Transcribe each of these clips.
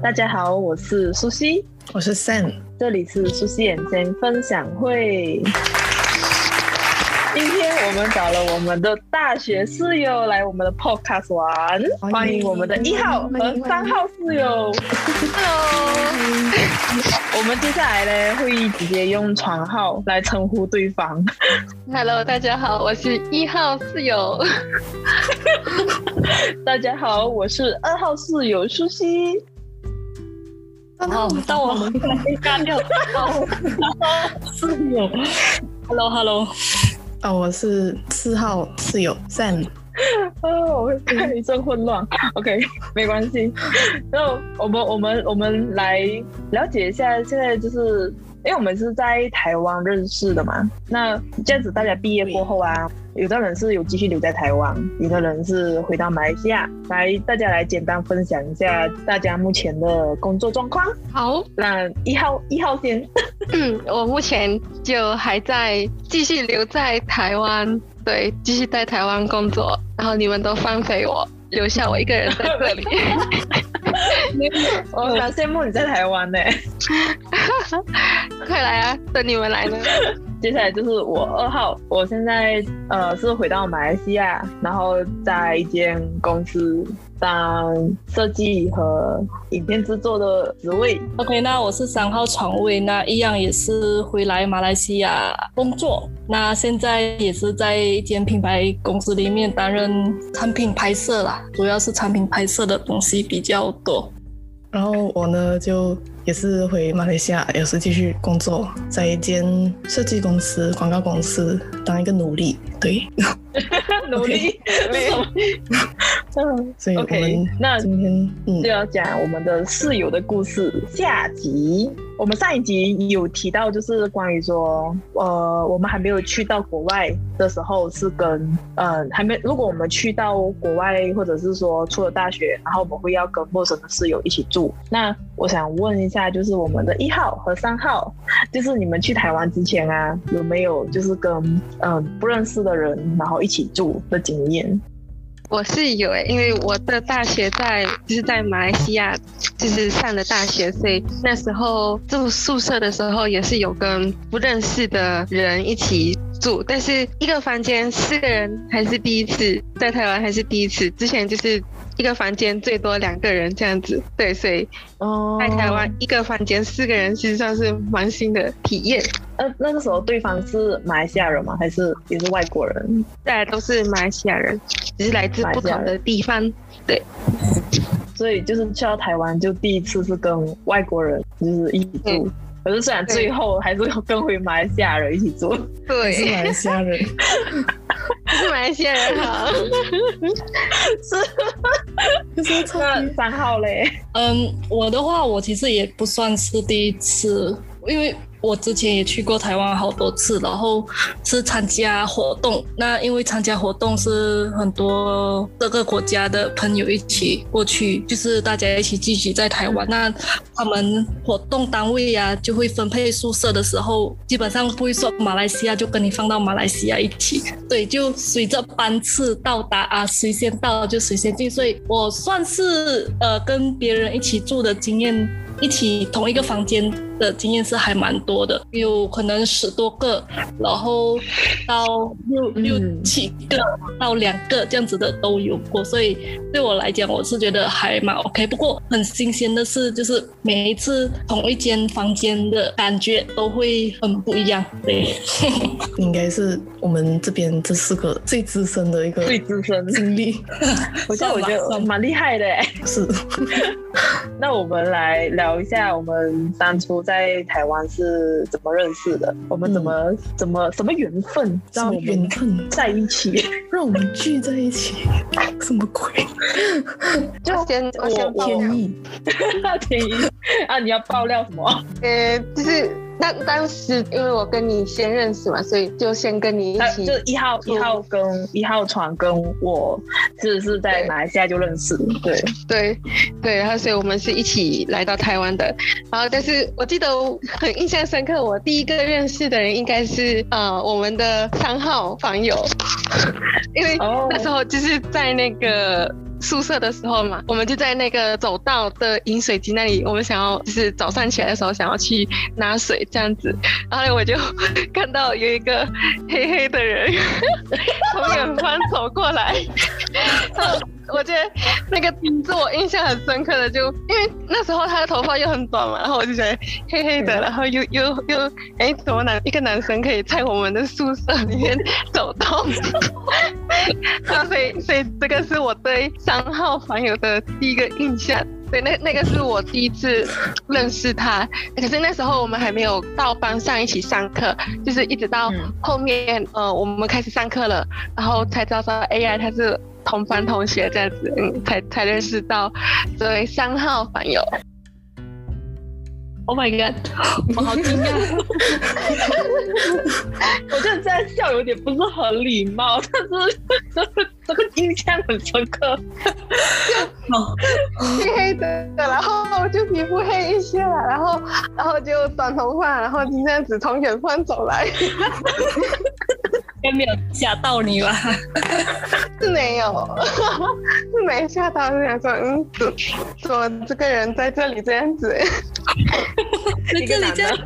大家好，我是苏西， 我是 Sam， 这里是苏西眼睛分享会。今天我们找了我们的大学室友来我们的 podcast 玩，欢迎我们的1号和3号室友。 Hello， 我们接下来呢会直接用床号来称呼对方。 Hello， 大家好，我是1号室友。 大家好，我是2号室友舒西。 到我们被干掉室友。Hello， 我是4号室友 Sam。 我会看一阵混乱。OK， 没关系。那我们来了解一下，现在就是因为我们是在台湾认识的嘛，那这样子大家毕业过后啊，有的人是有继续留在台湾，有的人是回到马来西亚。大家来简单分享一下大家目前的工作状况。 好， 那一号先。 我目前就还在继续留在台湾，对，继续在台湾工作，然后你们都放飞我，留下我一个人在这里。 我蛮羡慕你在台湾呢。 快来啊，等你们来呢。 接下来就是我2号，我现在是回到马来西亚，然后在一间公司当设计和影片制作的职位。 OK， 那我是3号床位，那一样也是回来马来西亚工作，那现在也是在一间品牌公司里面担任产品拍摄啦，主要是产品拍摄的东西比较多。然后我呢就也是回马来西亚，也是继续工作在一间设计公司、广告公司当一个奴隶，对。 努力。 所以我们今天就要讲我们的室友的故事。下集我们上一集有提到，就是关于说，我们还没有去到国外的时候是跟如果我们去到国外，或者是说出了大学，然后我们会要跟陌生的室友一起住。那我想问一下，就是我们的1号和3号，就是你们去台湾之前啊，有没有就是跟不认识的人然后一起住的经验？ 我是有因为我的大学在马来西亚，就是上了大学，所以那时候住宿舍的时候也是有跟不认识的人一起住，但是一个房间4个人还是第一次，在台湾还是第一次，之前就是一个房间最多2个人这样子，对，所以在台湾一个房间4个人其实上是蛮新的体验。 那个时候对方是马来西亚人吗？还是也是外国人？ 大家都是马来西亚人，只是来自不同的地方，对。 所以就是去到台湾就第一次是跟外国人就是一起住，可是虽然最后还是跟回马来西亚人一起住。 对， 是马来西亚人。 是马来西亚人好。 那3号嘞？ 我的话，我其实也不算是第一次，因为我之前也去过台湾好多次，然后是参加活动。那因为参加活动是很多各个国家的朋友一起过去，就是大家一起聚集在台湾。那他们活动单位啊，就会分配宿舍的时候，基本上不会说马来西亚就跟你放到马来西亚一起，对，就随着班次到达啊，谁先到就谁先进。所以我算是跟别人一起住的经验，一起同一个房间的经验是还蛮多的，有可能10多个，然后到六7个到2个这样子的都有过，所以对我来讲我是觉得还蛮 OK。不过很新鲜的是，就是每一次同一间房间的感觉都会很不一样。对，应该是我们这边这4个最资深的一个经历。 我觉得蛮厉害的是。 那我们来聊一下我们当初在台湾是怎么认识的，我们什么缘分让我们在一起， 让我们聚在一起，什么鬼？ 就先天意。 天意啊！你要爆料什么？ 就是当时因为我跟你先认识嘛，所以就先跟你一起。 就一号床跟我是在马来西亚就认识， 对，然后所以我们是一起来到台湾的。然后但是我记得我很印象深刻，我第一个认识的人应该是我们的3号房友，因为那时候就是在那个宿舍的时候嘛，我们就在那个走道的饮水机那里，我们想要就是早上起来的时候想要去拿水这样子，然后我就看到有一个黑黑的人从远方走过来。我觉得那个是我印象很深刻的，就因为那时候他的头发又很短嘛，然后我就觉得黑黑的，然后又怎么一个男生可以在我们的宿舍里面走动？所以这个是我对3号房友的第一个印象。对，那个是我第一次认识他，可是那时候我们还没有到班上一起上课，就是一直到后面我们开始上课了，然后才知道说他是同班同学这样子，才认识到这位3号房友。 Oh my god！ 我好惊讶。 我觉得这样笑有点不是很礼貌，但是这个印象很深刻。 黑黑的，然后就皮肤黑一些了，然后就短头发，然后就这样子从远方走来。 应该没有吓到你吧？ 是没有，是没吓到，是想说怎么这个人在这里这样子？ 在这里这样。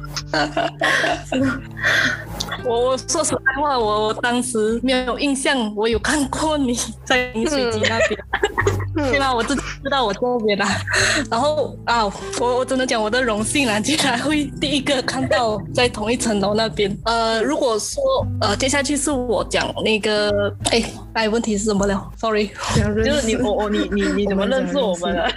我说实在话，我当时没有印象，我有看过你在饮水机那边，对吗？我自己知道我这边啦。然后我真的讲我的荣幸啦，竟然会第一个看到在同一层楼那边。如果说接下去是我讲那个，问题是什么了 ？Sorry， 就是你怎么认识我们的？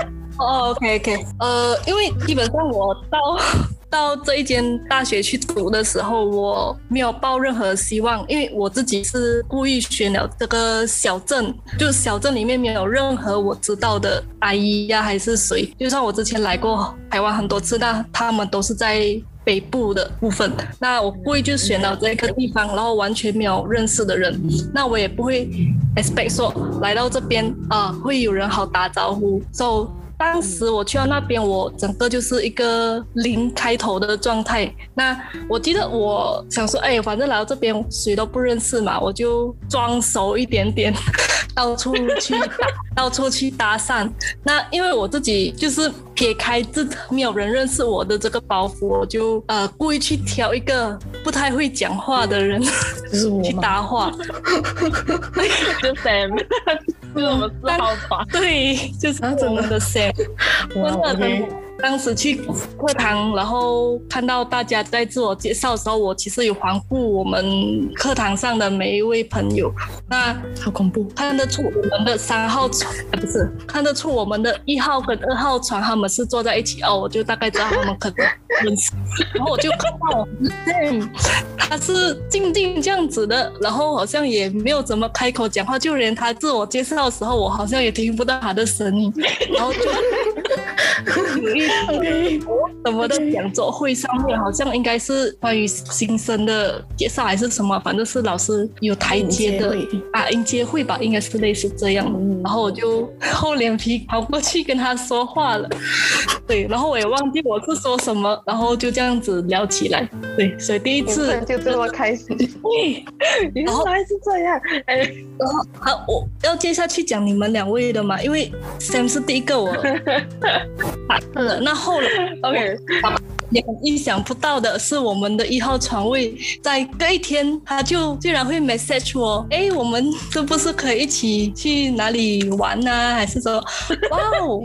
OK， 因为基本上我到这一间大学去读的时候，我没有抱任何希望，因为我自己是故意选了这个小镇，就小镇里面没有任何我知道的阿姨呀还是谁，就算我之前来过台湾很多次，但他们都是在北部的部分，那我故意就选到这个地方，然后完全没有认识的人，那我也不会 expect 说来到这边会有人好打招呼。So当时我去到那边，我整个就是一个0开头的状态。那我记得我想说，反正来到这边谁都不认识嘛，我就装熟一点点，到处去搭讪。那因为我自己就是撇开没有人认识我的这个包袱，我就故意去挑一个不太会讲话的人去搭话。 就 Sam。就是我们4号房， 对，就是我们的 Sam， 真的。当时去课堂，然后看到大家在自我介绍的时候，我其实有环顾我们课堂上的每一位朋友。那好恐怖， 看得出我们的3号床不是，看得出我们的1号跟2号床他们是坐在一起我就大概知道他们可能认识。然后我就看到他是静静这样子的，然后好像也没有怎么开口讲话，就连他自我介绍的时候，我好像也听不到他的声音，然后就有一什么的讲座会上面，好像应该是关于新生的介绍还是什么，反正是老师有台阶的迎接会吧，应该是类似这样。然后我就厚脸皮跑过去跟他说话了，对，然后我也忘记我是说什么，然后就这样子聊起来，对，所以第一次就这么开始。 对， 原来是这样。 然后好，我要接下去讲你们2位的嘛，因为 Sam 是第一个我那后来 OK， 也很意想不到的是，我们的1号床位在隔一天，他就居然会 message 我，我们是不是可以一起去哪里玩啊？还是说，哇，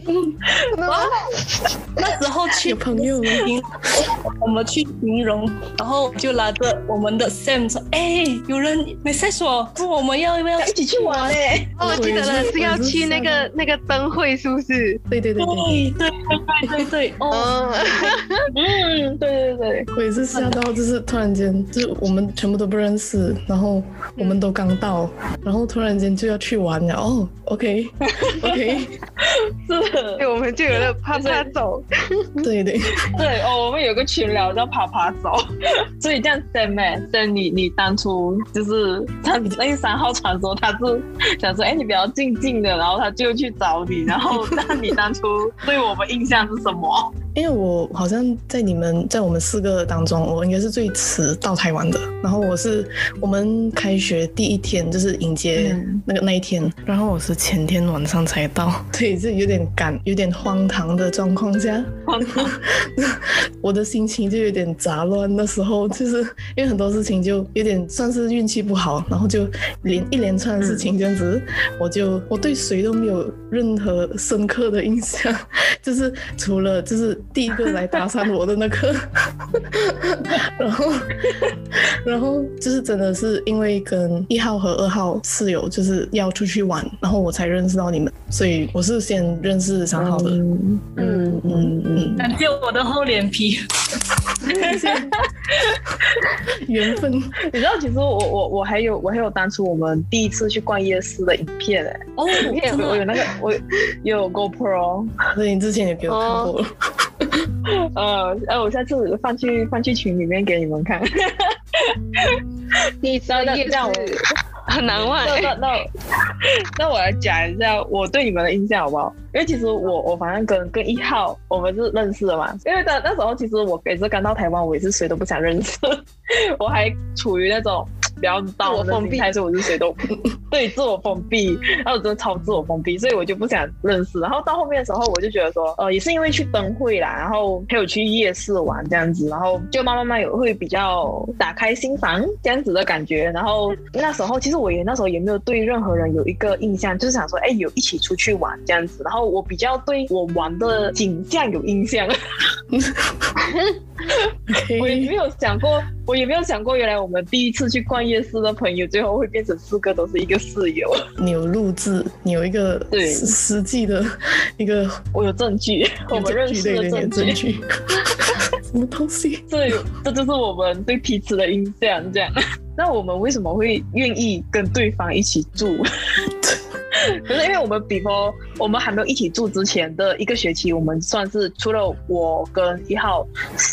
那时候去有朋友我们去形容，然后就拉着我们的 Sam 说，有人 message 我们要一起去玩嘞。 我记得了，是要去那个灯会，是不是？ 对， 对， 对， 我也是吓到，就是突然间，就是我们全部都不认识，然后我们都刚到，然后突然间就要去玩了。OK， 是， 我们就有了啪啪走。 对， 我们有个群聊叫啪啪走，所以这样 Sam， 你当初就是他那个3号传说，他是想说，你比较静静的，然后他就去找你，然后那你当初对我们印象是什么？ 因为我好像在我们4个当中，我应该是最迟到台湾的。然后我们开学第一天就是迎接那一天，然后我是前天晚上才到，对，是有点荒唐的状况下，我的心情就有点杂乱。那时候就是因为很多事情就有点算是运气不好，然后就一连串的事情这样子，我对谁都没有任何深刻的印象，就是除了就是第一个来搭讪我的那个然后就是真的是因为跟1号和2号室友就是要出去玩，然后我才认识到你们，所以我是先认识3号的。 感谢我的厚脸皮。 缘分。 你知道其实我还有当初我们第一次去逛夜市的影片哦， 我有那个我有 GoPro， 所以你之前也给我看过了。 我下次放去群里面给你们看。 你知道夜市很难忘。 那我来讲一下我对你们的印象好不好？因为其实我反正跟1号我们是认识的嘛，因为那时候其实我也是刚到台湾，我也是谁都不想认识，我还处于那种比较大的心态，所以我是谁都对自我封闭，然后我真的超自我封闭，所以我就不想认识。然后到后面的时候，我就觉得说，也是因为去灯会啦，然后陪我去夜市玩这样子，然后就慢慢会比较打开心房这样子的感觉。然后那时候其实那时候也没有对任何人有一个印象，就是想说，有一起出去玩这样子。然后我比较对我玩的景象有印象。我也没有想过，原来我们第一次去逛夜市的朋友，最后会变成4个都是一个室友。 你有录制，你有一个实际的一个， 我有证据，我们认识的证据。 什么东西？ 这就是我们对彼此的印象，这样。那我们为什么会愿意跟对方一起住？可是因为我们还没有一起住之前的1个学期，我们算是除了我跟1号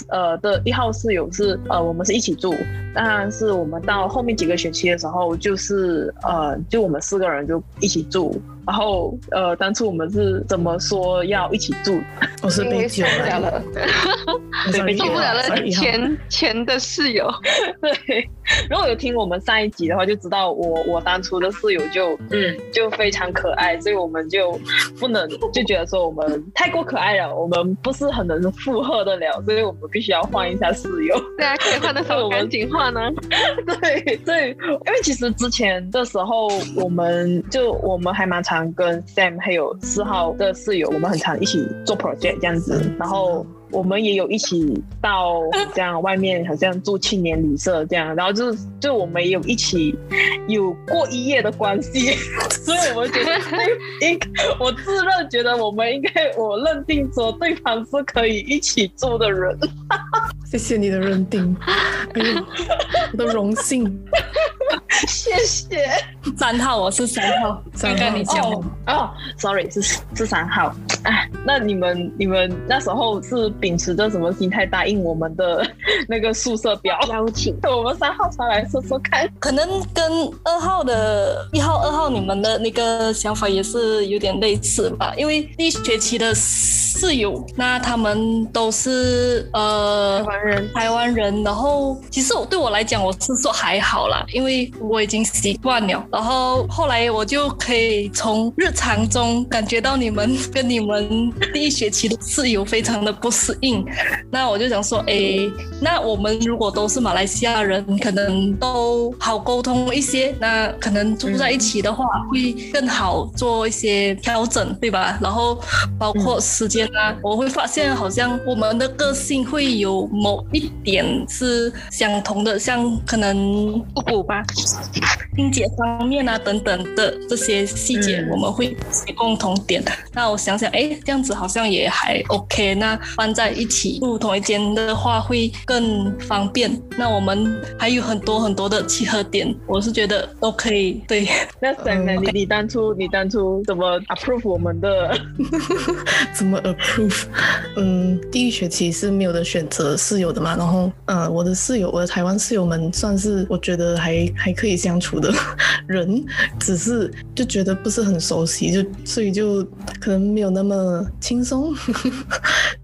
1号室友是我们是一起住，但是我们到后面几个学期的时候，就是就我们4个人就一起住。然后当初我们是怎么说要一起住？ 我是被救来了， 受不了了前的室友。 对，如果有听我们上一集的话，就知道我当初的室友就非常可爱，所以我们就不能就觉得说我们太过可爱了，我们不是很能负荷得了，所以我们必须要换一下室友。 对啊，可以换的时候赶紧换呢。 对，因为其实之前的时候我们还蛮常跟 Sam 还有4号的室友，我们很常一起做 project 这样子，然后我们也有一起到这样外面好像住青年旅社这样，然后就我们也有一起有过1夜的关系，所以我们觉得我自认觉得我认定说对方是可以一起住的人。 谢谢你的认定，我的荣幸。 谢谢。 3号，我是3号，刚刚你讲 sorry 是3号。那你们那时候是秉持着什么心态答应我们的那个宿舍表邀请？我们3号上来说说看。 可能跟1号2号你们的那个想法也是有点类似吧，因为第1学期的室友，那他们都是台湾人，然后其实对我来讲，我是说还好啦，因为我已经习惯了。然后后来我就可以从日常中感觉到跟你们第1学期的室友非常的不适应。那我就想说，那我们如果都是马来西亚人，可能都好沟通一些，那可能住在一起的话会更好做一些调整，对吧？然后包括时间啊，我会发现好像我们的个性会有某一点是相同的，像可能互补吧，清洁方面啊等等的这些细节，我们会有共同点。那我想想，这样子好像也还 OK。那放在一起住同一间的话，会更方便。那我们还有很多很多的契合点，我是觉得都可以。对， 那Sam，你当初怎么 approve 我们的？ 怎么 approve？第1学期是没有的选择室友的嘛，然后我的台湾室友们算是我觉得还可以相处的人，只是就觉得不是很熟悉，所以就可能没有那么轻松，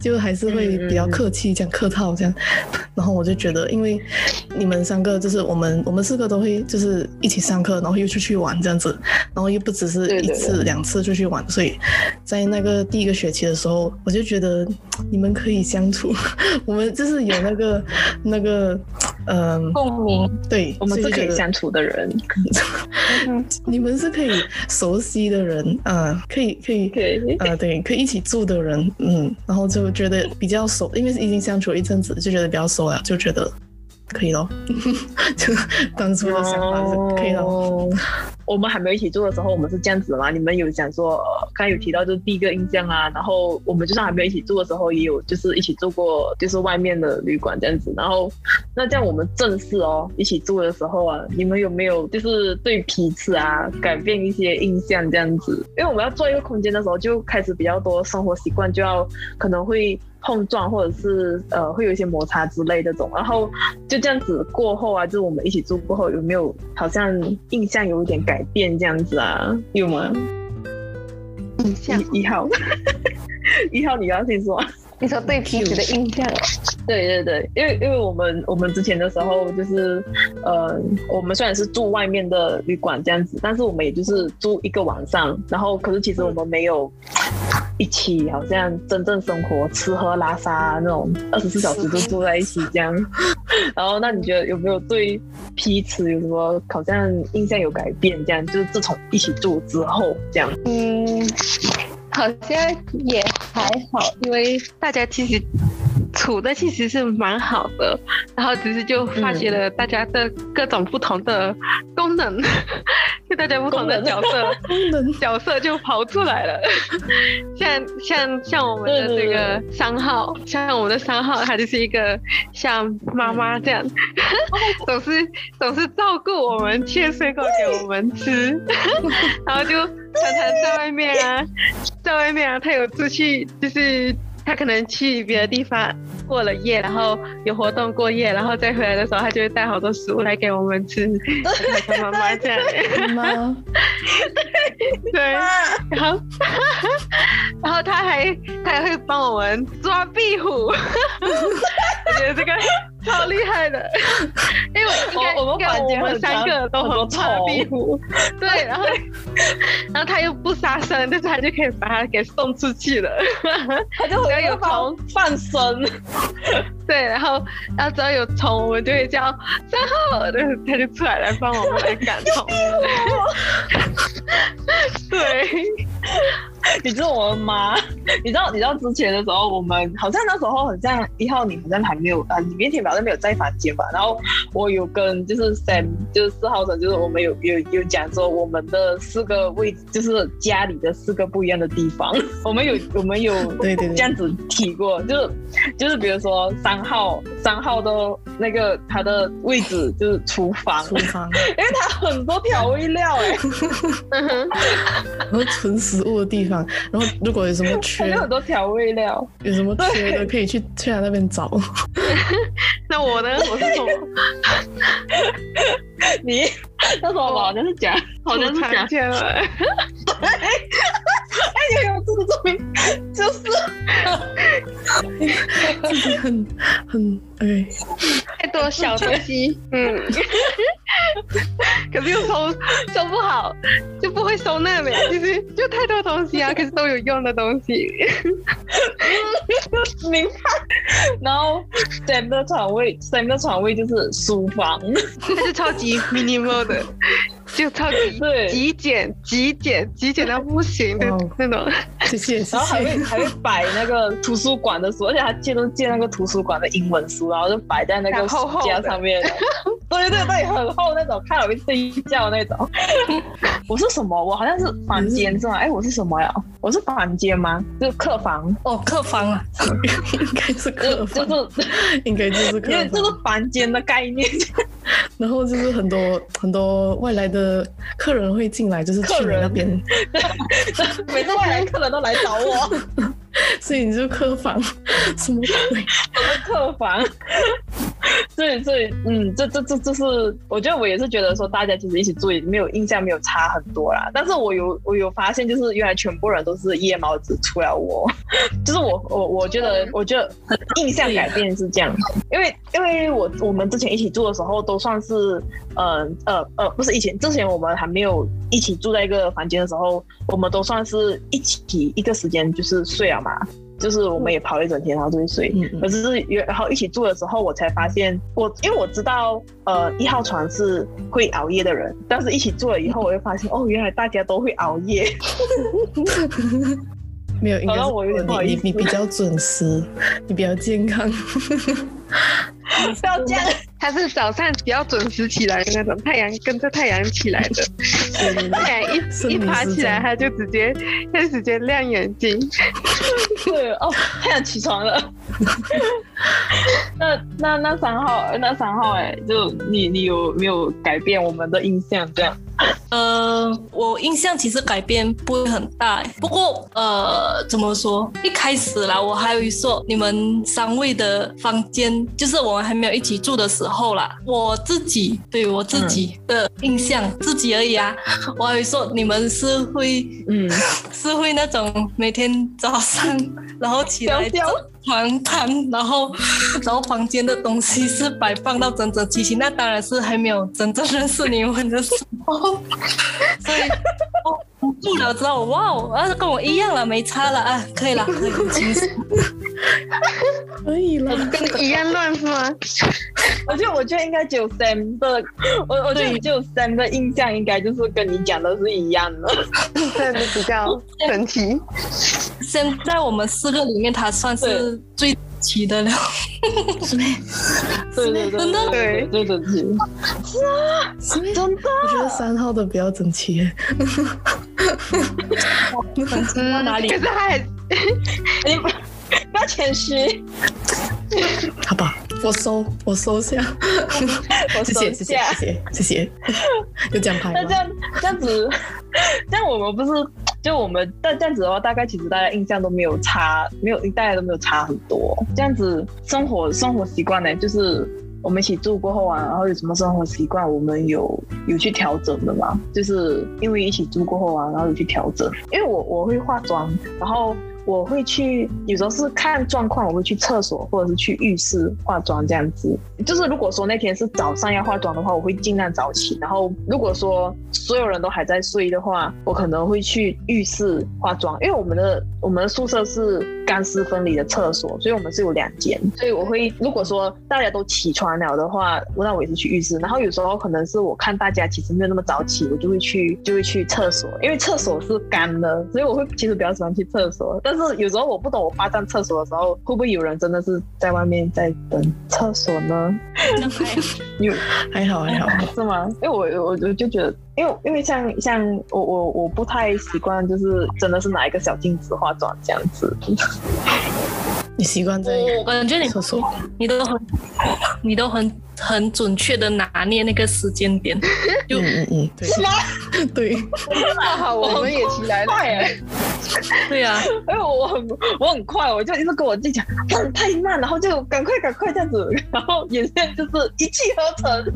就还是会比较客气，这样客套这样。然后我就觉得，因为你们3个就是我们4个都会就是一起上课，然后又出去玩这样子，然后又不只是1次2次出去玩，所以在那个第1个学期的时候，我就觉得你们可以相处，我们就是有那个共鸣， 对， 我们是可以相处的人， 你们是可以熟悉的人，可以对，可以一起住的人，然后就觉得比较熟，因为已经相处了一阵子，就觉得比较熟了，就觉得可以咯。就当初的想法是可以咯。 我们还没有一起住的时候，我们是这样子嘛？你们有讲说，刚才有提到就是第1个印象啊，然后我们就算还没有一起住的时候，也有就是一起住过，就是外面的旅馆这样子。然后那这样我们正式一起住的时候啊，你们有没有就是对彼此啊改变一些印象这样子？因为我们要做一个空间的时候，就开始比较多生活习惯，就要可能会碰撞，或者是会有一些摩擦之类的这种。然后就这样子过后啊，就是我们一起住过后，有没有好像印象有一点改变这样子啊？有吗？ 印象 1号1号你要先说。 你说对彼此的印象？ 对，因为我们之前的时候就是我们虽然是住外面的旅馆这样子，但是我们也就是住1个晚上，然后可是其实我们没有一起好像真正生活吃喝拉撒那种24小时都住在一起这样。然后那你觉得有没有对彼此有什么好像印象有改变这样，就是自从一起住之后这样？ 好像也还好，因为大家其实处的其实是蛮好的，然后只是就发现了大家的各种不同的功能，就大家不同的角色就跑出来了。像我们的这个3号，像我们的3号，他就是一个像妈妈这样，总是照顾我们，切水果给我们吃，然后就常常在外面啊，他有出去，就是他可能去别的地方过了夜，然后有活动过夜，然后再回来的时候，他就会带好多食物来给我们吃，像妈妈这样。妈，对，然后他还会帮我们抓壁虎，我觉得这个超厉害的，因为我们3个都很怕壁虎，对，然后他又不杀生，但是他就可以把它给送出去了， 他就只要有虫放生， 对，然后只要有虫，我们就会叫3号，他就出来帮我们来赶虫，对。 你知道我的妈，你知道之前的时候，我们好像那时候很像1号，你好像还没有里面好像没有在房间吧？然后我有跟就是 Sam 就是4号生，就是我们有讲说我们的4个位置，就是家里的4个不一样的地方，我们有对这样子提过，就是比如说3号的那个他的位置就是厨房，因为他很多调味料然后存食物的地方。然后如果有什么缺， 有很多调味料， 有什么缺的可以去他那边找。 那我呢？我是什么？ 你那什么？好像是讲见了。 对，哎呦，这个作品就是自己很太多小东西，可是又收不好，就不会收纳美，其实就太多东西啊，可是都有用的东西。 明白。然后 Sam 的床位就是书房， 它是超级 minimal 的，就超级极简到不行的那种。 谢谢。 然后还会摆那个图书馆的书，而且他都借那个图书馆的英文书，然后就摆在那个书架上面。对，很厚那种，看了会睡觉那种。我是什么？我好像是房间是吗？我是什么呀？我是房间吗？就是客房。 客房啊， 应该是客房，应该就是客房， 因为这是房间的概念。 然后就是很多外来的客人会进来，就是去你那边。 每次外来客人都来找我， 所以你就客房，什么鬼？ 客房。 所以这是我觉得我也是觉得说大家其实一起住也没有印象没有差很多啦，但是我有发现就是原来全部人都是夜猫子，除了我，就是我觉得印象改变是这样，因为我们之前一起住的时候都算是不是之前我们还没有一起住在一个房间的时候，我们都算是一起一个时间就是睡了嘛。就是我们也跑一整天，然后就会睡。可是然后一起住的时候，我才发现因为我知道1号床是会熬夜的人，但是一起住了以后，我会发现原来大家都会熬夜。 没有，应该是我有点不好意思你比较准时，你比较健康。 不要这样， 他是早上比较准时起来的那种，太阳跟着太阳起来的。太阳一爬起来，他就直接亮眼睛。 对太阳起床了。那3号就你有没有改变我们的印象这样？ 我印象其实改变不会很大，不过怎么说？一开始啦，我还以为说你们3位的房间，就是我们还没有一起住的时候啦，我自己的印象，自己而已啊，我还以为说你们是会那种每天早上然后起来床单，然后房间的东西是摆放到整整齐齐，那当然是还没有真正认识你们的时候，所以住了之后，哇，跟我一样了，没差了啊，可以了，可以很轻松， 可以了， 跟你一样乱是吗？ 我觉得应该只有 Sam 的，我觉得只有 Sam 的印象应该就是跟你讲的是一样的， 真的比较整齐。 现在我们4个里面，他算是最齐的了。 是没？ 对， 真的对， 最整齐。是啊，真的。 我觉得3号的比较整齐耶。 哪里？ 可是他还， 你不要谦虚。 好吧，我收下。谢谢。有奖牌吗？ 那这样子，我们不是就我们但这样子的话，大概其实大家印象都没有差，大家都没有差很多。这样子生活习惯呢，就是我们一起住过后啊，然后有什么生活习惯我们有去调整的嘛？就是因为一起住过后啊，然后有去调整。因为我会化妆，然后我会去，有时候是看状况，我会去厕所或者是去浴室化妆这样子。就是如果说那天是早上要化妆的话，我会尽量早起。然后如果说所有人都还在睡的话，我可能会去浴室化妆，因为我们的宿舍是干湿分离的厕所，所以我们是有2间。所以我会，如果说大家都起床了的话，那我也是去浴室。然后有时候可能是我看大家其实没有那么早起，我就会去厕所，因为厕所是干的，所以我会其实比较喜欢去厕所。但是有时候我不懂，我霸占厕所的时候，会不会有人真的是在外面在等厕所呢？ 还好是吗？因为我就觉得，因为像我不太习惯，就是真的是拿一个小镜子化妆这样子。 你习惯在我感觉厕所， 你都很准确的拿捏那个时间点。 对， 是吗？ 对， 好，我们也起来了。 对啊， 因为我很快，我就一直跟我自己讲太慢，然后就赶快这样子，然后眼线就是一气呵成。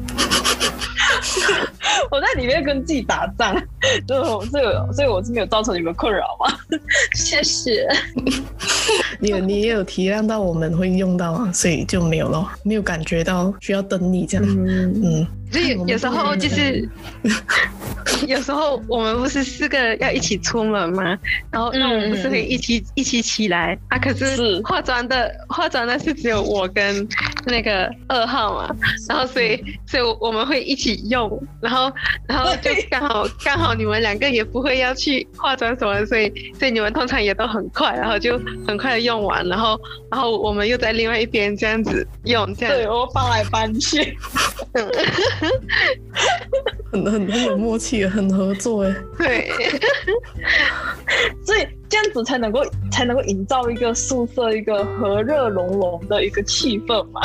我在里面跟自己打仗，所以我是没有造成你们困扰吗？谢谢。 你也有体谅到我们会用到啊，所以就没有咯，没有感觉到需要等你这样。 所以有时候就是有时候我们不是4个要一起出门吗？然后那我们不是会一起起来啊？可是化妆的是只有我跟那个2号嘛，然后所以我们会一起用，然后就刚好你们2个也不会要去化妆什么，所以你们通常也都很快，然后就很快的用完，然后我们又在另外一边这样子用，这样对我搬来搬去。 很有默契，很合作哎。 对， 所以这样子才能够营造一个宿舍一个和热融融的一个气氛嘛。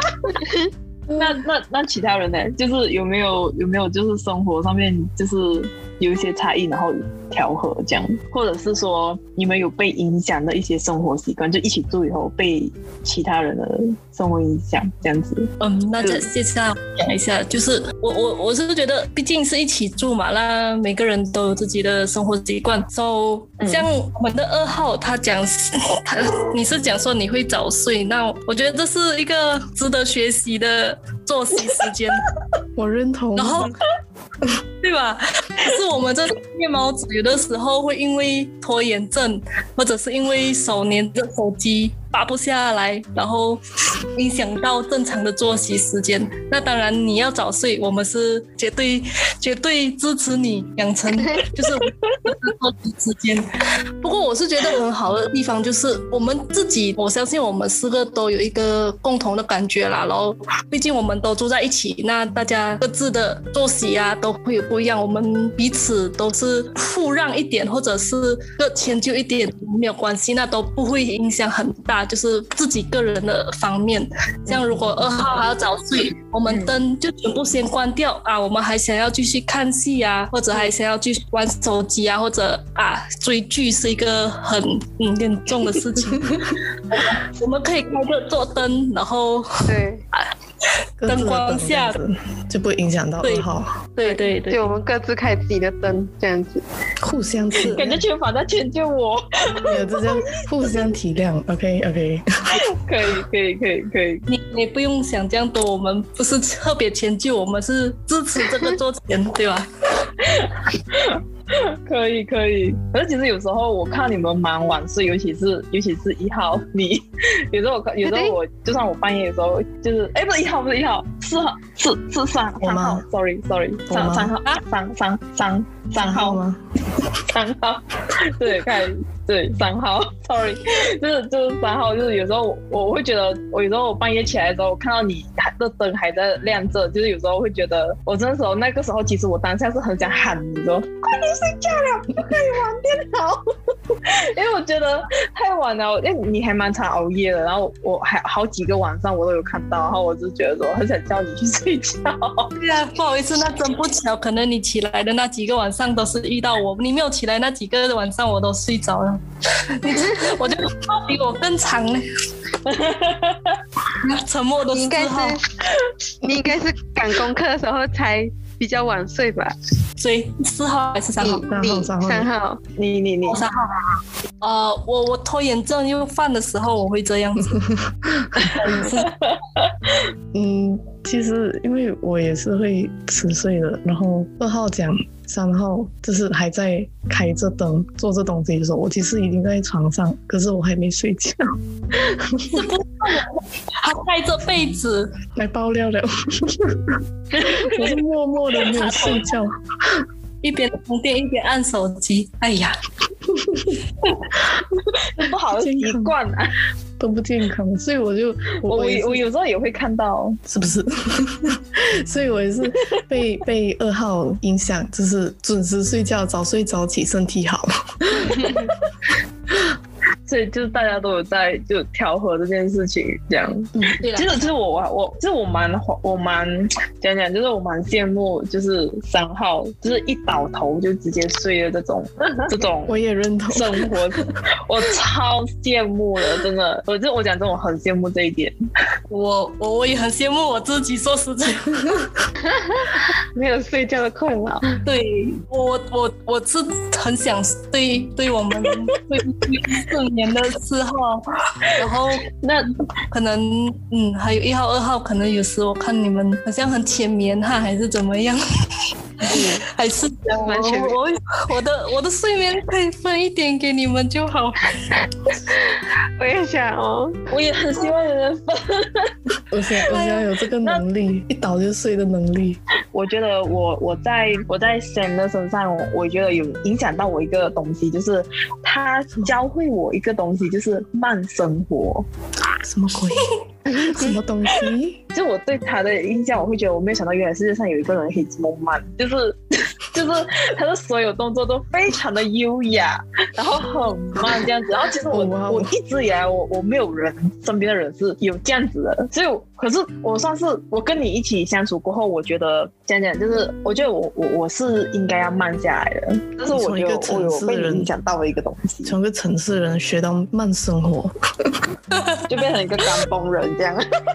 那其他人呢？就是有没有就是生活上面就是有一些差异，然后调和这样，或者是说你们有被影响的一些生活习惯，就一起住以后被其他人的生活影响这样子。 那接下来讲一下，就是我是觉得，毕竟是一起住嘛，那每个人都有自己的生活习惯。像我们的2号，他讲你是讲说你会早睡，那我觉得这是一个值得学习的作息时间。 我认同。 然后对吧？可是我们这夜猫子有的时候会因为拖延症，或者是因为手黏着手机拔不下来，然后影响到正常的作息时间。那当然你要早睡，我们是绝对支持你养成就是作息时间。不过我是觉得很好的地方就是我们自己，我相信我们4个都有一个共同的感觉啦。然后毕竟我们都住在一起，那大家各自的作息啊都会有不一样，我们彼此都是互让一点，或者是各迁就一点没有关系，那都不会影响很大，就是自己个人的方面。像如果2号还要早睡，我们灯就全部先关掉啊，我们还想要继续看戏啊，或者还想要继续玩手机啊，或者追剧是一个很严重的事情。我们可以开着做灯，然后对灯光下就不会影响到2号。 对， 就我们各自开自己的灯，这样子互相体谅， 感觉全法在迁就我。 有这样互相体谅。OK， 可以。 你不用想这样多，我们不是特别迁就，我们是支持这个做钱，对吧？ 可以。可是其实有时候我看你们蛮晚睡，尤其是1号，你有时候我就算我半夜的时候，就是不是1号，不是1号，4号是3号 ，sorry， 3号吗 ？3号，对，3号 ，sorry， 就是3号，就是有时候我会觉得，我有时候我半夜起来的时候，我看到你的灯还在亮着，就是有时候会觉得，那个时候其实我当下是很想喊你说，快点睡觉了，不可以玩电脑，因为我觉得太晚了，因为你还蛮常熬夜的，然后我还好几个晚上我都有看到，然后我就觉得说很想叫你去睡觉。 对啊，不好意思，那真不巧，可能你起来的那几个晚上都是遇到我，你没有起来那几个晚上我都睡着了，我就比我更长呢。沉默的4号， 你应该是赶功课的时候才比较晚睡吧？ 所以4号还是3号 ？3号， 你 3号。我拖延症又犯的时候，我会这样子。 其实因为我也是会迟睡的，然后2号讲3号就是还在开着灯做这东西的时候，我其实已经在床上，可是我还没睡觉。 是不？他盖着被子来爆料了。我是默默的没有睡觉， 一边充电一边按手机。哎呀， 不好的习惯啊， 都不健康，所以我有时候也会看到， 是不是？所以我也是被2号影响，就是准时睡觉，早睡早起，身体好。 所以就是大家都有在就调和这件事情这样。 对， 其实我蛮讲，就是我蛮羡慕，就是3号，就是一倒头就直接睡的这种我也认同生活，我超羡慕的，真的，我讲真，我很羡慕这一点。 我也很羡慕我自己，说实在， 没有睡觉的困扰。 对，我是很想对我们对4年的4号，然后那可能还有1号2号，可能有时我看你们好像很浅眠哈，还是怎么样。还是我的睡眠可以分一点给你们就好。 我也想哦， 我也很希望有人分。 我想有这个能力，一倒就睡的能力。 我觉得我在 Sam 的身上，我觉得有影响到我一个东西，就是他教会我一个东西，就是慢生活。 什么鬼？什么东西？ 就我对他的印象，我会觉得我没有想到，原来世界上有一个人可以这么慢，就是他的所有动作都非常的优雅， 然后很慢这样子。然后其实我一直以来我没有人身边的人是有这样子的，所以可是我算是我跟你一起相处过后，我觉得讲就是我觉得我是应该要慢下来的，这是我觉得我有被你影响到的一个东西。 从一个城市人学到慢生活， 就变成一个干崩人这样。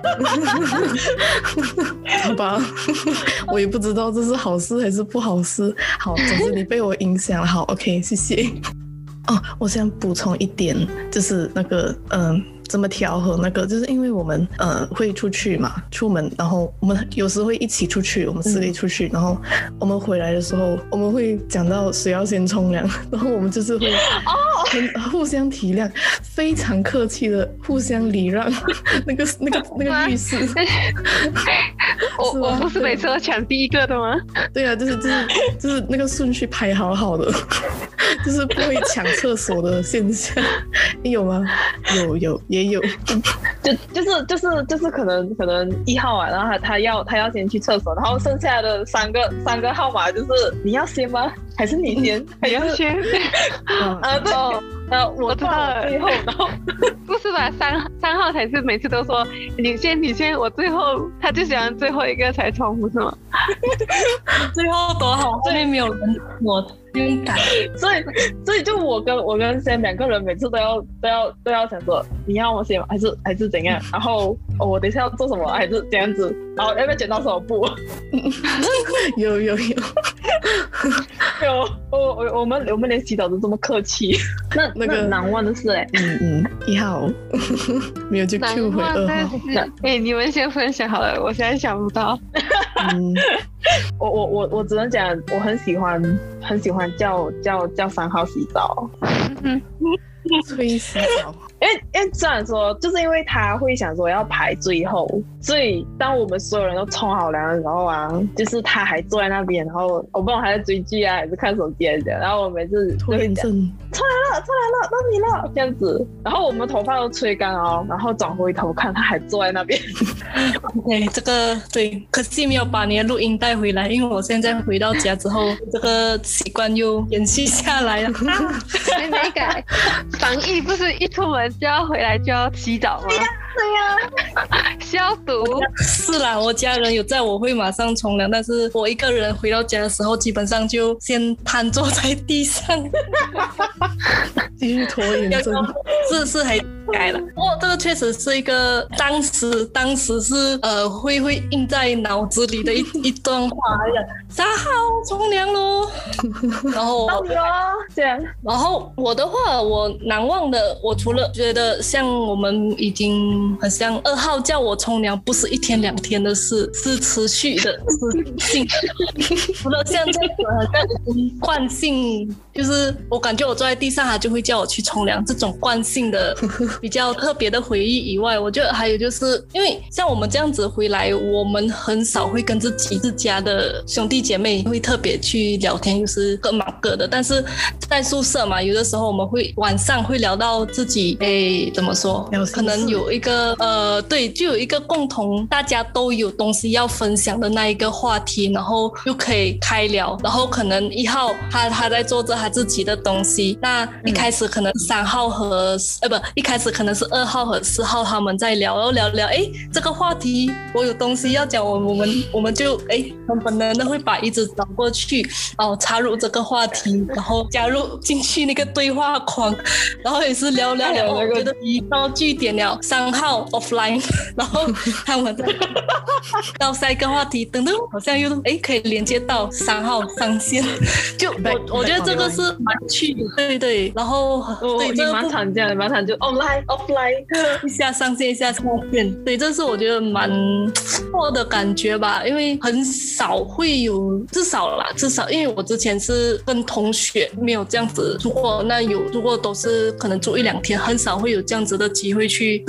好吧，我也不知道这是好事还是不好事。好，总之你被我影响了。好 ，OK， 谢谢。哦，我想补充一点，就是那个怎么调和那个，就是因为我们会出去嘛，出门，然后我们有时会一起出去，我们4个出去，然后我们回来的时候，我们会讲到谁要先冲凉，然后我们就是会互相体谅，非常客气的互相礼让那个浴室。 我不是每次都抢第一个的吗？ 对啊，就是那个顺序排好好的，就是不会抢厕所的现象。你有吗？有。也有， 就是可能1号啊，然后他要先去厕所，然后剩下的三个号码就是你要先吗？还是你先？ 你要先？ 对，我知道了。最后，然后不是吧？三号才是每次都说你先，我最后他就喜欢最后一个才冲，不是吗？ 最后多好，后面没有人我。 所以就我跟 Sam 2个人每次都要想说你要我先吗？还是怎样？然后我等一下要做什么？还是这样子？然后要不要剪刀手布？ 有， 我们连洗澡都这么客气。那个难忘的事 1号没有就 Q 回2号。 你们先分享好了，我现在想不到。 我只能讲，我很喜欢叫3号洗澡。 催洗澡。 因为虽然说，就是因为他会想说要排最后，所以当我们所有人都冲好凉的时候啊，就是他还坐在那边，然后我不懂他在追剧啊，还是看手机还是怎样，然后我每次就会讲冲来了，到你了这样子，然后我们头发都吹干哦，然后转回头看他还坐在那边。 对，这个对，可惜没有把你的录音带回来，因为我现在回到家之后，这个习惯又延续下来了。 没改，防疫不是一出门就要回来就要洗澡吗？ 对呀， 消毒。 是啦，我家人有在，我会马上冲凉，但是我一个人回到家的时候，基本上就先瘫坐在地上， 继续拖延症。 是还改了。这个确实是一个当时是会印在脑子里的一段话。3号冲凉咯，然后到你咯，这样。 然后我的话，我难忘的，我除了觉得像我们已经很像2号叫我冲凉，不是1天2天的事，是持续的，是性。除了像这种惯性，就是我感觉我坐在地上，他就会叫我去冲凉，这种惯性的比较特别的回忆以外，我觉得还有就是因为像我们这样子回来，我们很少会跟自家的兄弟姐妹会特别去聊天，就是各忙各的。但是在宿舍嘛，有的时候我们会晚上会聊到自己怎么说，可能有一个对，就有一个共同大家都有东西要分享的那一个话题，然后又可以开聊。然后可能1号他在做着他自己的东西，那一开始可能3号和一开始可能是2号和4号他们在聊，然后聊这个话题我有东西要讲，我们就很本能的会把椅子找过去插入这个话题，然后加入进去那个对话框，然后也是聊我觉得到据点了3号 offline， 然后他们到下一个话题，等等好像又可以连接到3号上线，就我觉得这个是蛮趣的，对，然后对你蛮常这样的，蛮常就 offline 一下上线一下下线，对，这是我觉得蛮错的感觉吧，因为很少会有，至少因为我之前是跟同学没有这样子住过，那有住过都是可能住1-2天，很少会有这样子的机会去，对，上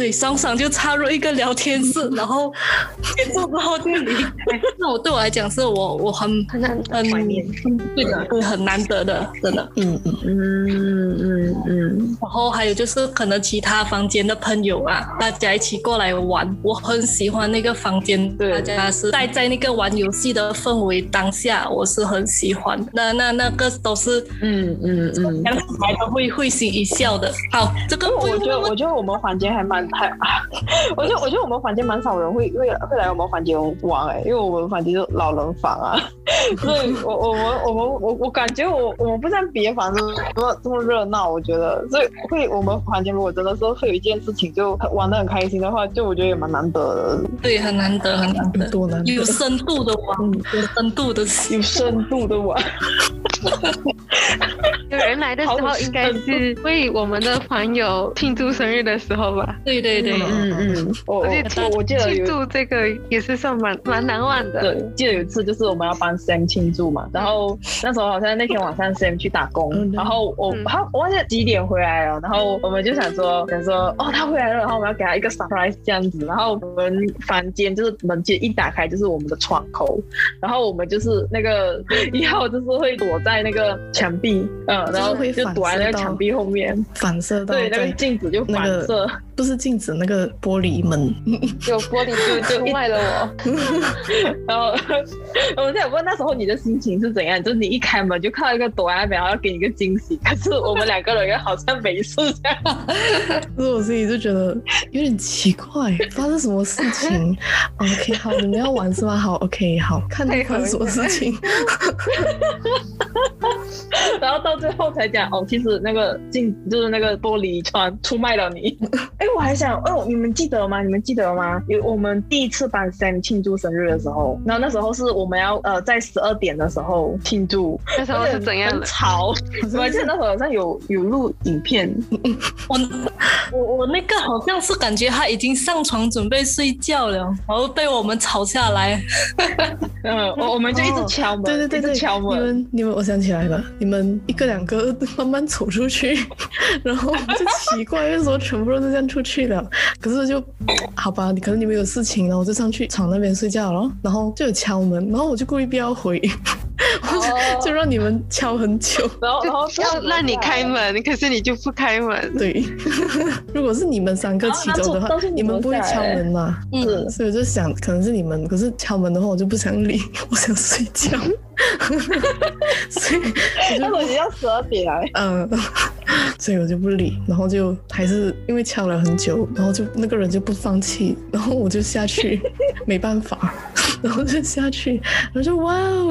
上就插入一个聊天室，然后结束之后就离开。那我对我来讲是我很怀念， 对的，对，很难得的，真的。然后还有就是可能其他房间的朋友啊，大家一起过来玩，我很喜欢那个房间，大家是待在那个玩游戏的氛围当下，我是很喜欢的。那个都是讲起来都会会心一笑的。好，这个我觉得我们房间我觉得我们房间蛮少人会来我们房间玩因为我们房间就老人房啊，所以我感觉我们不像别房这么热闹，我觉得，所以我们房间如果真的是会有一件事情就玩得很开心的话，就我觉得也蛮难得的。 对，很难得， 多难得， 有深度的玩，有深度的玩。 有人来的时候应该是为我们的朋友庆祝生日的时候吧？ 对， 我记得庆祝这个也是算蛮难忘的。 对，记得有一次就是我们要帮 Sam 庆祝嘛，然后那时候好像那天晚上 Sam 去打工，然后我忘记几点回来了，然后我们就想说哦他回来了，然后我们要给他一个 surprise 这样子，然后我们房间就是门键一打开就是我们的窗口，然后我们就是那个1号就是会躲在那个墙壁，然后就躲在那个墙壁后面， 反射到对那个镜子就反射， 不是镜子，那个玻璃门有玻璃就出卖了我。 然后我在问那时候你的心情是怎样，就是你一开门就看到一个躲在那边，然后要给你一个惊喜，可是我们2个人好像没事这样。 可是我自己就觉得有点奇怪，发生什么事情？OK， 好，你们要玩是吗？好 ，OK， 好，看你发生什么事情。 然后到最后才讲其实那个镜就是那个玻璃窗出卖了你。我还想你们记得吗？我们第一次帮 Sam 庆祝生日的时候，然后那时候是我们要在12点的时候庆祝， 那时候是怎样的？ 很吵，我还记得那时候好像有录影片。 我那个好像是感觉他已经上床准备睡觉了，然后被我们吵下来。 我们就一直敲门， 对， 一直敲门。 你们，我想起来了，你们1个2个慢慢走出去，然后就奇怪为什么全部都是这样出去了，可是就好吧，可能你们有事情，然后我就上去床那边睡觉了，然后就有敲门，然后我就故意不要回。就让你们敲很久， 然后要让你开门，可是你就不开门。 对，如果是你们3个起走的话，你们不会敲门嘛？所以我就想可能是你们，可是敲门的话我就不想理，我想睡觉。所以我就要12点来。 所以我就不理，然后就还是因为敲了很久，然后就那个人就不放弃，然后我就下去，没办法，然后就下去，然后就哇哦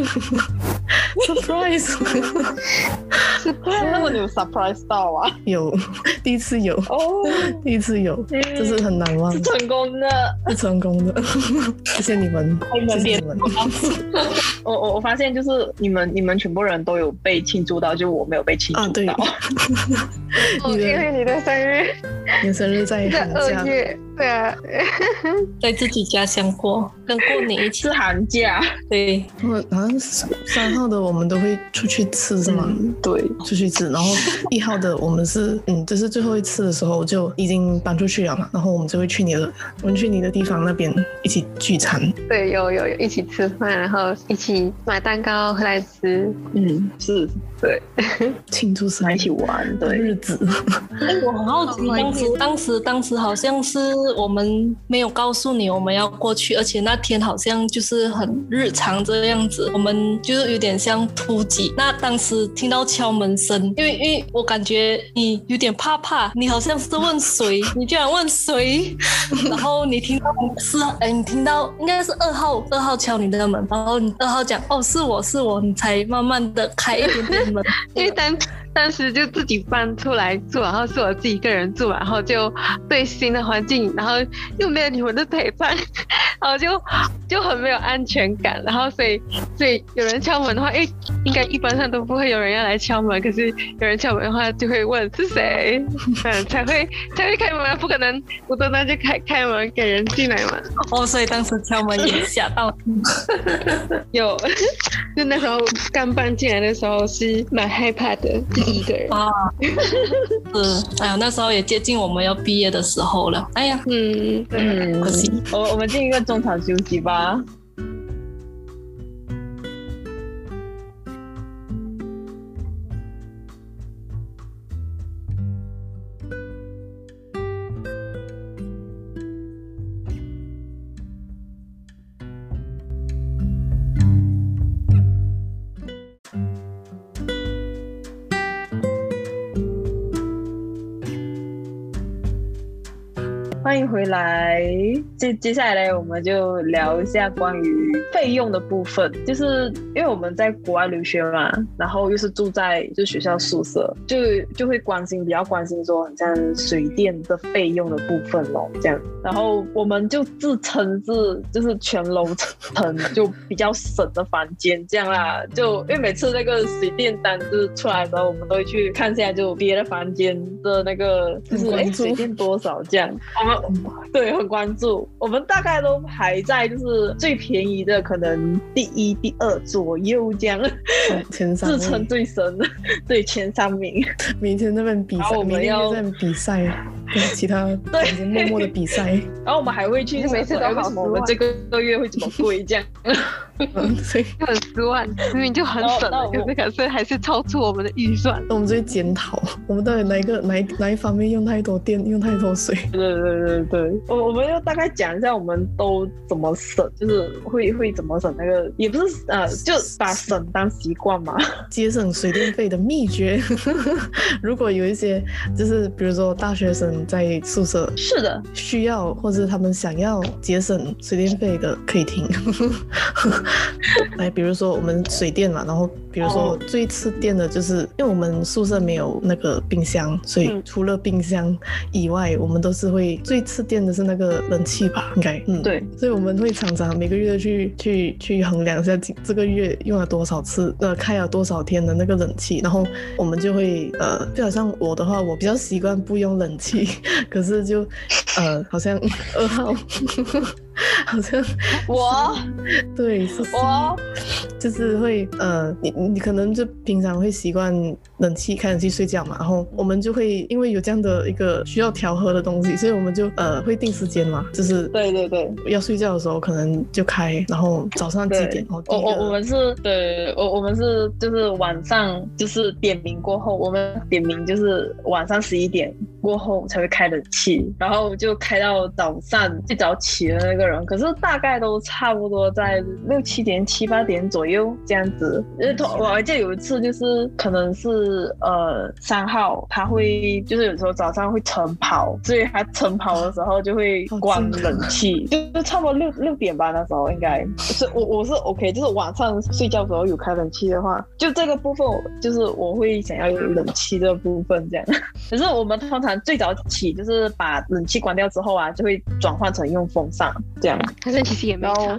，surprise！ 那么你有 surprise 到啊？ 有，第一次有，第一次有，这是很难忘， 是成功的， 是成功的，谢谢你们，谢谢你们。 我发现就是你们全部人都有被庆祝到，就我没有被庆祝到。 对。 因为你的生日， 你的生日在寒假 2月，对啊， 在自己家乡过，跟过年一起。 是寒假， 对。 好像3号的我们都会出去吃是吗？ 对， 出去吃。然后1号的我们是就是最后一次的时候就已经搬出去了嘛，然后我们就会去你的地方那边一起聚餐。 对，有一起吃饭，然后一起买蛋糕回来吃。 是，对， 庆祝生日一起玩的日子。 我很好奇，当时好像是我们没有告诉你我们要过去，而且那天好像就是很日常这样子，我们就是有点像突击。那当时听到敲门声，因为我感觉你有点怕，你好像是问谁，你居然问谁，然后你听到你听到应该是2号敲你的门，然后你2号讲是我，你才慢慢的开一点点门。 因为当时就自己搬出来住，然后是我自己一个人住，然后就对新的环境，然后又没有你们的陪伴，然后就很没有安全感，然后所以有人敲门的话，应该一般上都不会有人要来敲门，可是有人敲门的话就会问是谁，才会开门，不可能无端端就开门给人进来嘛。 所以当时敲门也吓到。 有，就那时候刚搬进来的时候是蛮害怕的。 一个人啊。哎呀，那时候也接近我们要毕业的时候了。哎呀，可惜。 我们进一个中场休息吧。欢迎回来，接下来我们就聊一下关于费用的部分，就是因为我们在国外留学嘛，然后又是住在就学校宿舍，就会比较关心说很像水电的费用的部分咯，这样，然后我们就自称是就是全楼层就比较省的房间这样啦，就因为每次那个水电单就是出来的时候，我们都会去看一下就别的房间的那个就是水电多少这样，我们对很关注，我们大概都排在就是最便宜的可能第一、第二左右这样， 前三自称最深，对前3名。 明天那边比赛，明天就在比赛，跟其他房间默默的比赛。 然后我们还会去每次都好为什么我们这个月会这么贵这样。 所以就很失望，明明就很省了，可是还是超出我们的预算。 那我们就会检讨，我们到底哪一方面用太多电，用太多水。 对，我们就大概讲一下我们都怎么省，就是会怎么省那个，也不是就把省当习惯嘛。 节省水电费的秘诀，如果有一些就是比如说大学生在宿舍是的需要或者他们想要节省水电费的，可以听。来，比如说我们水电嘛，然后比如说最吃电的就是因为我们宿舍没有那个冰箱，所以除了冰箱以外，我们都是会最吃电的是那个冷气吧，应该对， 所以我们会常常每个月去衡量一下这个月用了多少次，开了多少天的那个冷气，然后我们就会就好像我的话，我比较习惯不用冷气，可是就好像2号。好像我对是我就是会你可能就平常会习惯开冷气睡觉嘛，然后我们就会因为有这样的一个需要调和的东西，所以我们就会定时间嘛，就是对要睡觉的时候可能就开，然后早上几点我们是对我们是就是晚上就是点名过后，我们点名就是晚上11点过后才会开冷气，然后就开到早上最早起的那个人，可是大概都差不多在6、7点、7、8点左右这样子。我还记得有一次就是可能是3号他会就是有时候早上会晨跑，所以他晨跑的时候就会关冷气，就差不多6点吧，那时候应该是我是 OK， 就是晚上睡觉的时候有开冷气的话，就这个部分就是我会想要有冷气的部分这样。可是我们通常最早起就是把冷气关掉之后啊，就会转换成用风扇这样。 可是其实也没差。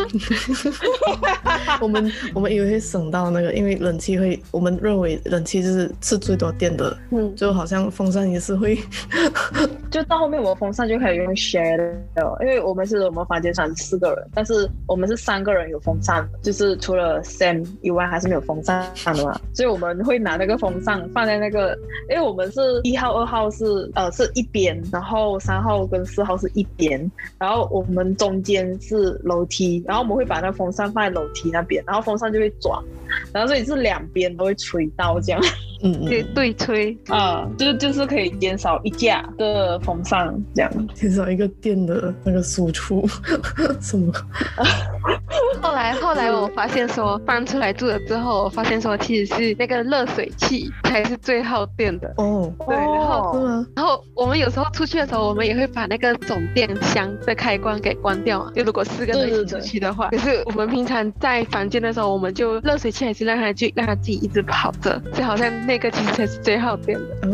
我们也会省到那个，因为冷气会，我们认为冷气是吃最多电的，就好像风扇也是会。 就到后面我们风扇就可以用 share 的，因为我们房间上4个人，但是我们是3个人有风扇，就是除了 Sam 以外还是没有风扇的嘛，所以我们会拿那个风扇放在那个，因为我们是1号、2号是一边，然后3号跟4号是一边，然后我们中间是楼梯，然后我们会把那个风扇放在楼梯那边，然后风扇就会转，然后所以是2边都会吹到这样。 对吹啊，就是可以减少一架的风扇这样， 减少一个电的那个输出什么。 后来我发现说搬出来住了之后，我发现说其实是那个热水器才是最耗电的。对，然后我们有时候出去的时候，我们也会把那个总电箱的开关给关掉嘛，就如果4个人一起出去的话。可是我们平常在房间的时候，我们就热水器还是让它自己一直跑着，所以好像那个其实才是最耗电的。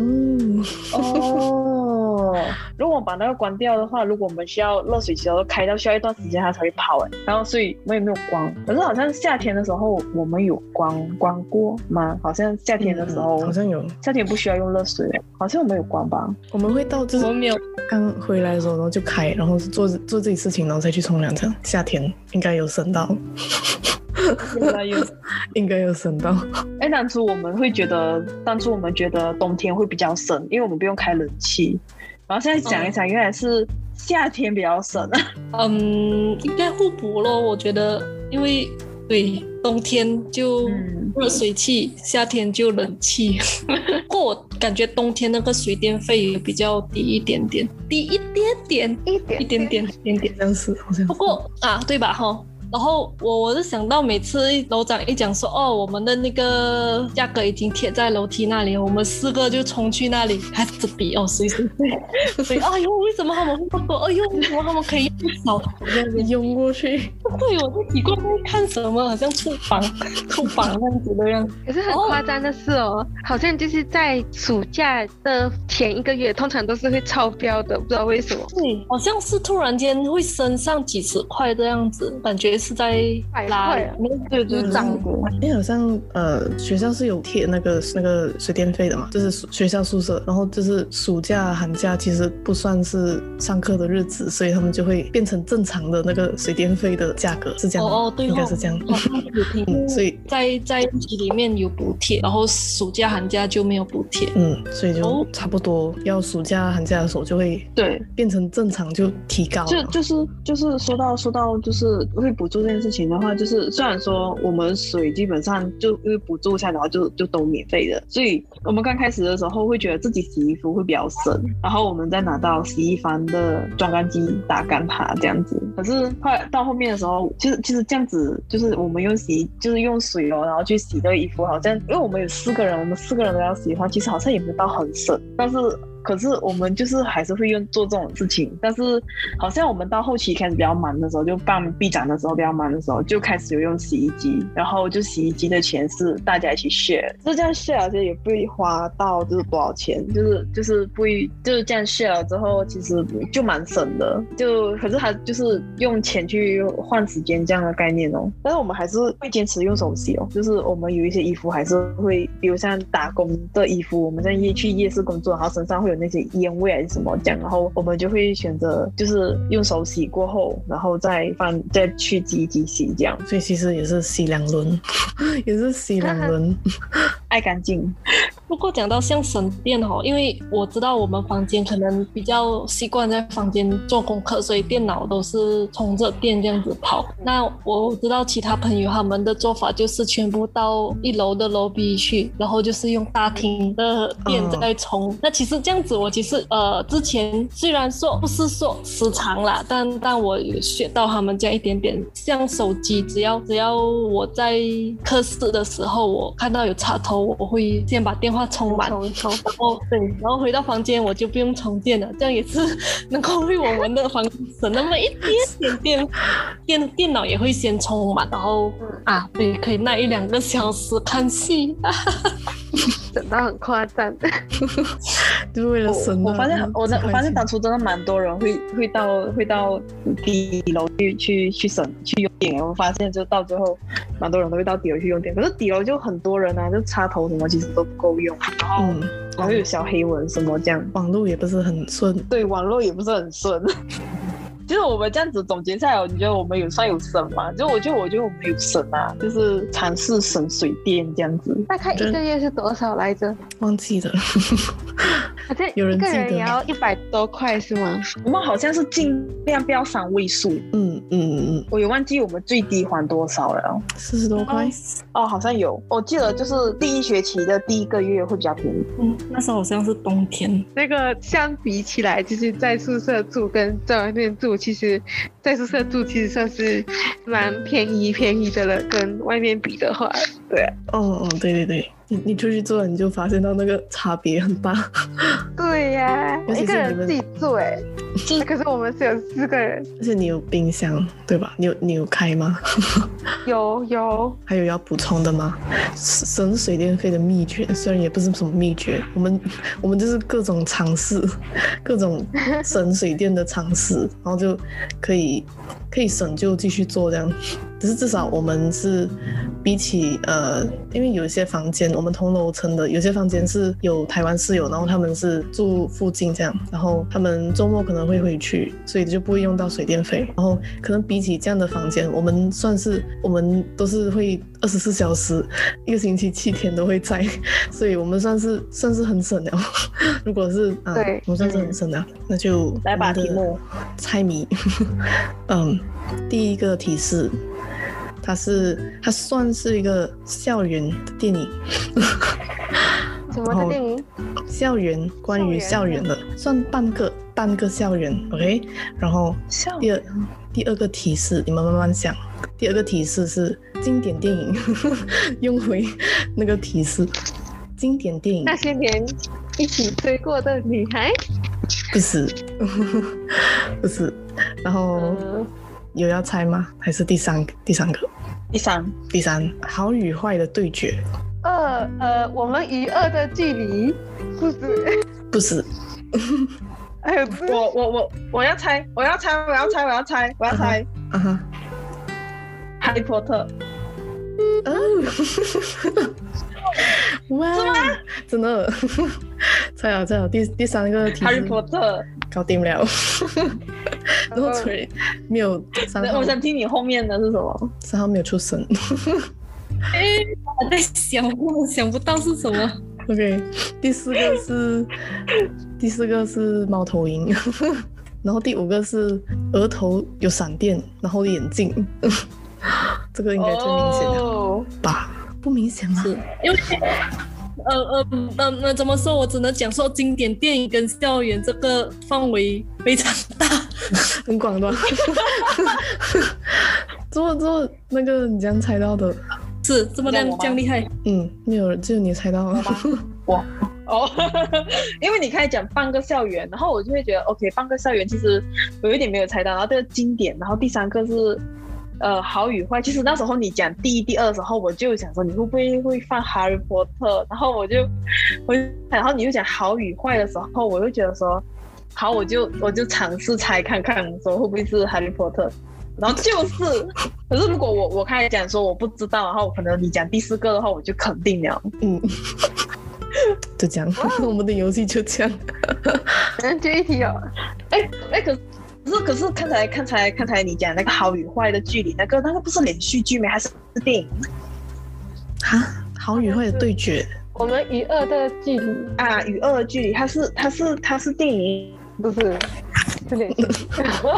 如果我把那个关掉的话，如果我们需要热水器都开到需要一段时间它才会跑然后所以我也没有关。可是好像夏天的时候我们有关过吗？好像夏天的时候，好像有，夏天不需要用热水，好像我们有关吧。 我们会到就是我们没有刚回来的时候然后就开，然后做自己事情然后再去冲凉，这样夏天应该有省到。 有啦有。 应该有省到。 当初我们觉得冬天会比较省，因为我们不用开冷气。然后现在想一想，原来是夏天比较省。 应该互补咯，我觉得，因为对冬天就热水器，夏天就冷气。不过我感觉冬天那个水电费也比较低一点点， 这样是好像。 不过对吧哈？然后我是想到每次楼长一讲说我们的那个价格已经贴在楼梯那里，我们4个就冲去那里开始比谁哎呦为什么他们会那么多，哎呦为什么他们可以用不少涌过去。 对，我就奇怪在看什么，好像出榜那样子的样子。 可是很夸张的是好像就是在暑假的前1个月通常都是会超标的，不知道为什么。 对，好像是突然间会升上几十块这样子，感觉是在拉，对，涨的。 好像学校是有贴那个水电费的嘛，就是学校宿舍，然后就是暑假寒假其实不算是上课的日子，所以他们就会变成正常的那个水电费的价格，是这样对，应该是这样。所以在期里面有补贴，然后暑假寒假就没有补贴。 所以就差不多要暑假寒假的时候就会变成正常，就提高了。 就是说到就是会补助这件事情的话，就是虽然说我们水基本上就因为补助下来，然后就都免费的，所以我们刚开始的时候会觉得自己洗衣服会比较省，然后我们再拿到洗衣房的装干机打干它这样子。可是到后面的时候，其实这样子就是我们用水然后去洗这个衣服，好像因为我们有4个人，我们4个人都要洗的话，其实好像也没有到很省，可是我们就是还是会做这种事情，但是好像我们到后期开始比较忙的时候，就办毕展的时候比较忙的时候，就开始有用洗衣机，然后就洗衣机的钱是大家一起 share， 就这样 share 而且也不会花到就是多少钱，就是不会就是这样 share 之后，其实就蛮省的，可是还就是用钱去换时间这样的概念但是我们还是会坚持用手洗就是我们有一些衣服还是会，比如像打工的衣服，我们在去夜市工作，然后身上会有那些烟味还是什么这样，然后我们就会选择就是用手洗过后，然后再去洗衣机洗这样。 所以其实也是洗2轮，也是洗2轮， 爱干净。 不过讲到像省电因为我知道我们房间可能比较习惯在房间做功课，所以电脑都是充着电这样子跑。那我知道其他朋友他们的做法就是全部到1楼的楼壁去，然后就是用大厅的电在充。那其实这样子我其实之前虽然说不是说时常啦，但我有学到他们这样一点点，像手机只要我在课室的时候我看到有插头，我会先把电话充满，然后回到房间我就不用充电了，这样也是能够为我们的房间省那么一点点电脑也会先充满，然后对，可以那1-2个小时看戏。 省到很夸张。 就是为了省。 我发现当初真的蛮多人会到底楼去用电。我发现就到最后蛮多人都会到底楼去用电，可是底楼就很多人就插头什么其实都不够用，然后有小黑纹什么这样， 网络也不是很顺。 对，网络也不是很顺。其实我们这样子总结下来，你觉得我们算有省吗？我觉得我们有省就是尝试省水电这样子。 大概1个月是多少来着？ 忘记了。 好像一个人也要100多块是吗？ 我们好像是尽量不要3位数。我也忘记我们最低还多少了 ，40多块。 好像有，我记得就是第1学期的第1个月会比较便宜。 那时候好像是冬天。 那个相比起来，就是在宿舍住跟在外面住，其实在宿舍住其实算是蛮便宜的了，跟外面比的话。对对，你出去住了，你就发现到那个差别很大。 对呀，一个人自己住可是我们是有4个人， 而且你有冰箱对吧？你有开吗？ 有。 还有要补充的吗？省水电费的秘诀，虽然也不是什么秘诀，我们就是各种尝试，各种省水电的尝试，然后就可以省就继续做这样。只是至少我们是比起因为有一些房间我们同楼层的，有些房间是有台湾室友，然后他们是住住附近这样，然后他们周末可能会回去，所以就不会用到水电费。然后可能比起这样的房间，我们都是会24小时，一个星期7天都会在，所以我们算是很省了。如果是对， 我们算是很省了，那就来吧题目猜谜。第一个提示，它算是一个校园的电影。 什么的电影？ 校园，关于校园的，算半个校园 ，OK。然后第二个提示，你们慢慢想。第二个提示是经典电影，用回那个提示，经典电影。 那些年一起追过的女孩？ 不是，不是。然后有要猜吗？还是第三个？第三，好与坏的对决。 我们与恶的距离， 不是。 哎，不是我要猜，哈利波特。 哇，真的猜了，第三个提示， 哈利波特搞定了。然后吹没有3号， 我想听你后面的是什么 ？3号没有出声。 我在想，我想不到是什么。 OK， 第四个是猫头鹰，然后第5个是额头有闪电，然后眼镜。这个应该最明显了吧？不明显吗？ 是因为怎么说？我只能讲说，经典电影跟校园这个范围非常大， 很广的。做那个你这样猜到的， 是这么这样厉害？ 没有人，只有你猜到了。 哇因为你开始讲半个校园，然后我就会觉得 OK， 半个校园其实有一点没有猜到，然后这个经典，然后第三个是好与坏。其实那时候你讲第一、第二的时候，我就想说你会不会放哈利波特，然后然后你又讲好与坏的时候，我就觉得说好，我就尝试猜看看，说会不会是哈利波特。然后就是，可是如果我开始讲说我不知道，然后可能你讲第4个的话，我就肯定了。 就这样，我们的游戏就这样。 就一题哦。 可是看才你讲那个好与坏的距离，那个不是连续剧吗？还是电影？ 好与坏的对决。 我们与恶的距离啊，与恶的距离，它是电影， 不是？是连续剧。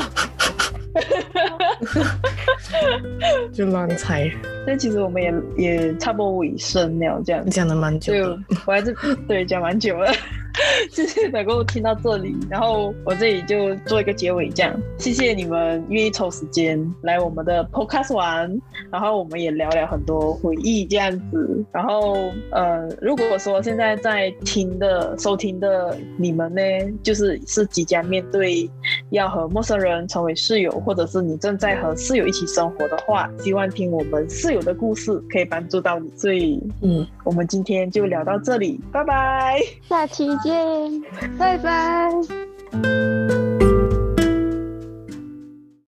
就乱猜。 但其实我们也差不多尾声了，这样讲的蛮久的。 我还是对讲蛮久了。谢谢能够听到这里，然后我这里就做一个结尾，这样谢谢你们愿意抽时间来我们的 podcast 玩，然后我们也聊很多回忆这样子。然后如果说现在在收听的你们呢，是即将面对要和陌生人成为室友，或者是你正在和室友一起生活的话，希望听我们室友的故事可以帮助到你。所以我们今天就聊到这里，拜拜， 下期见，拜拜。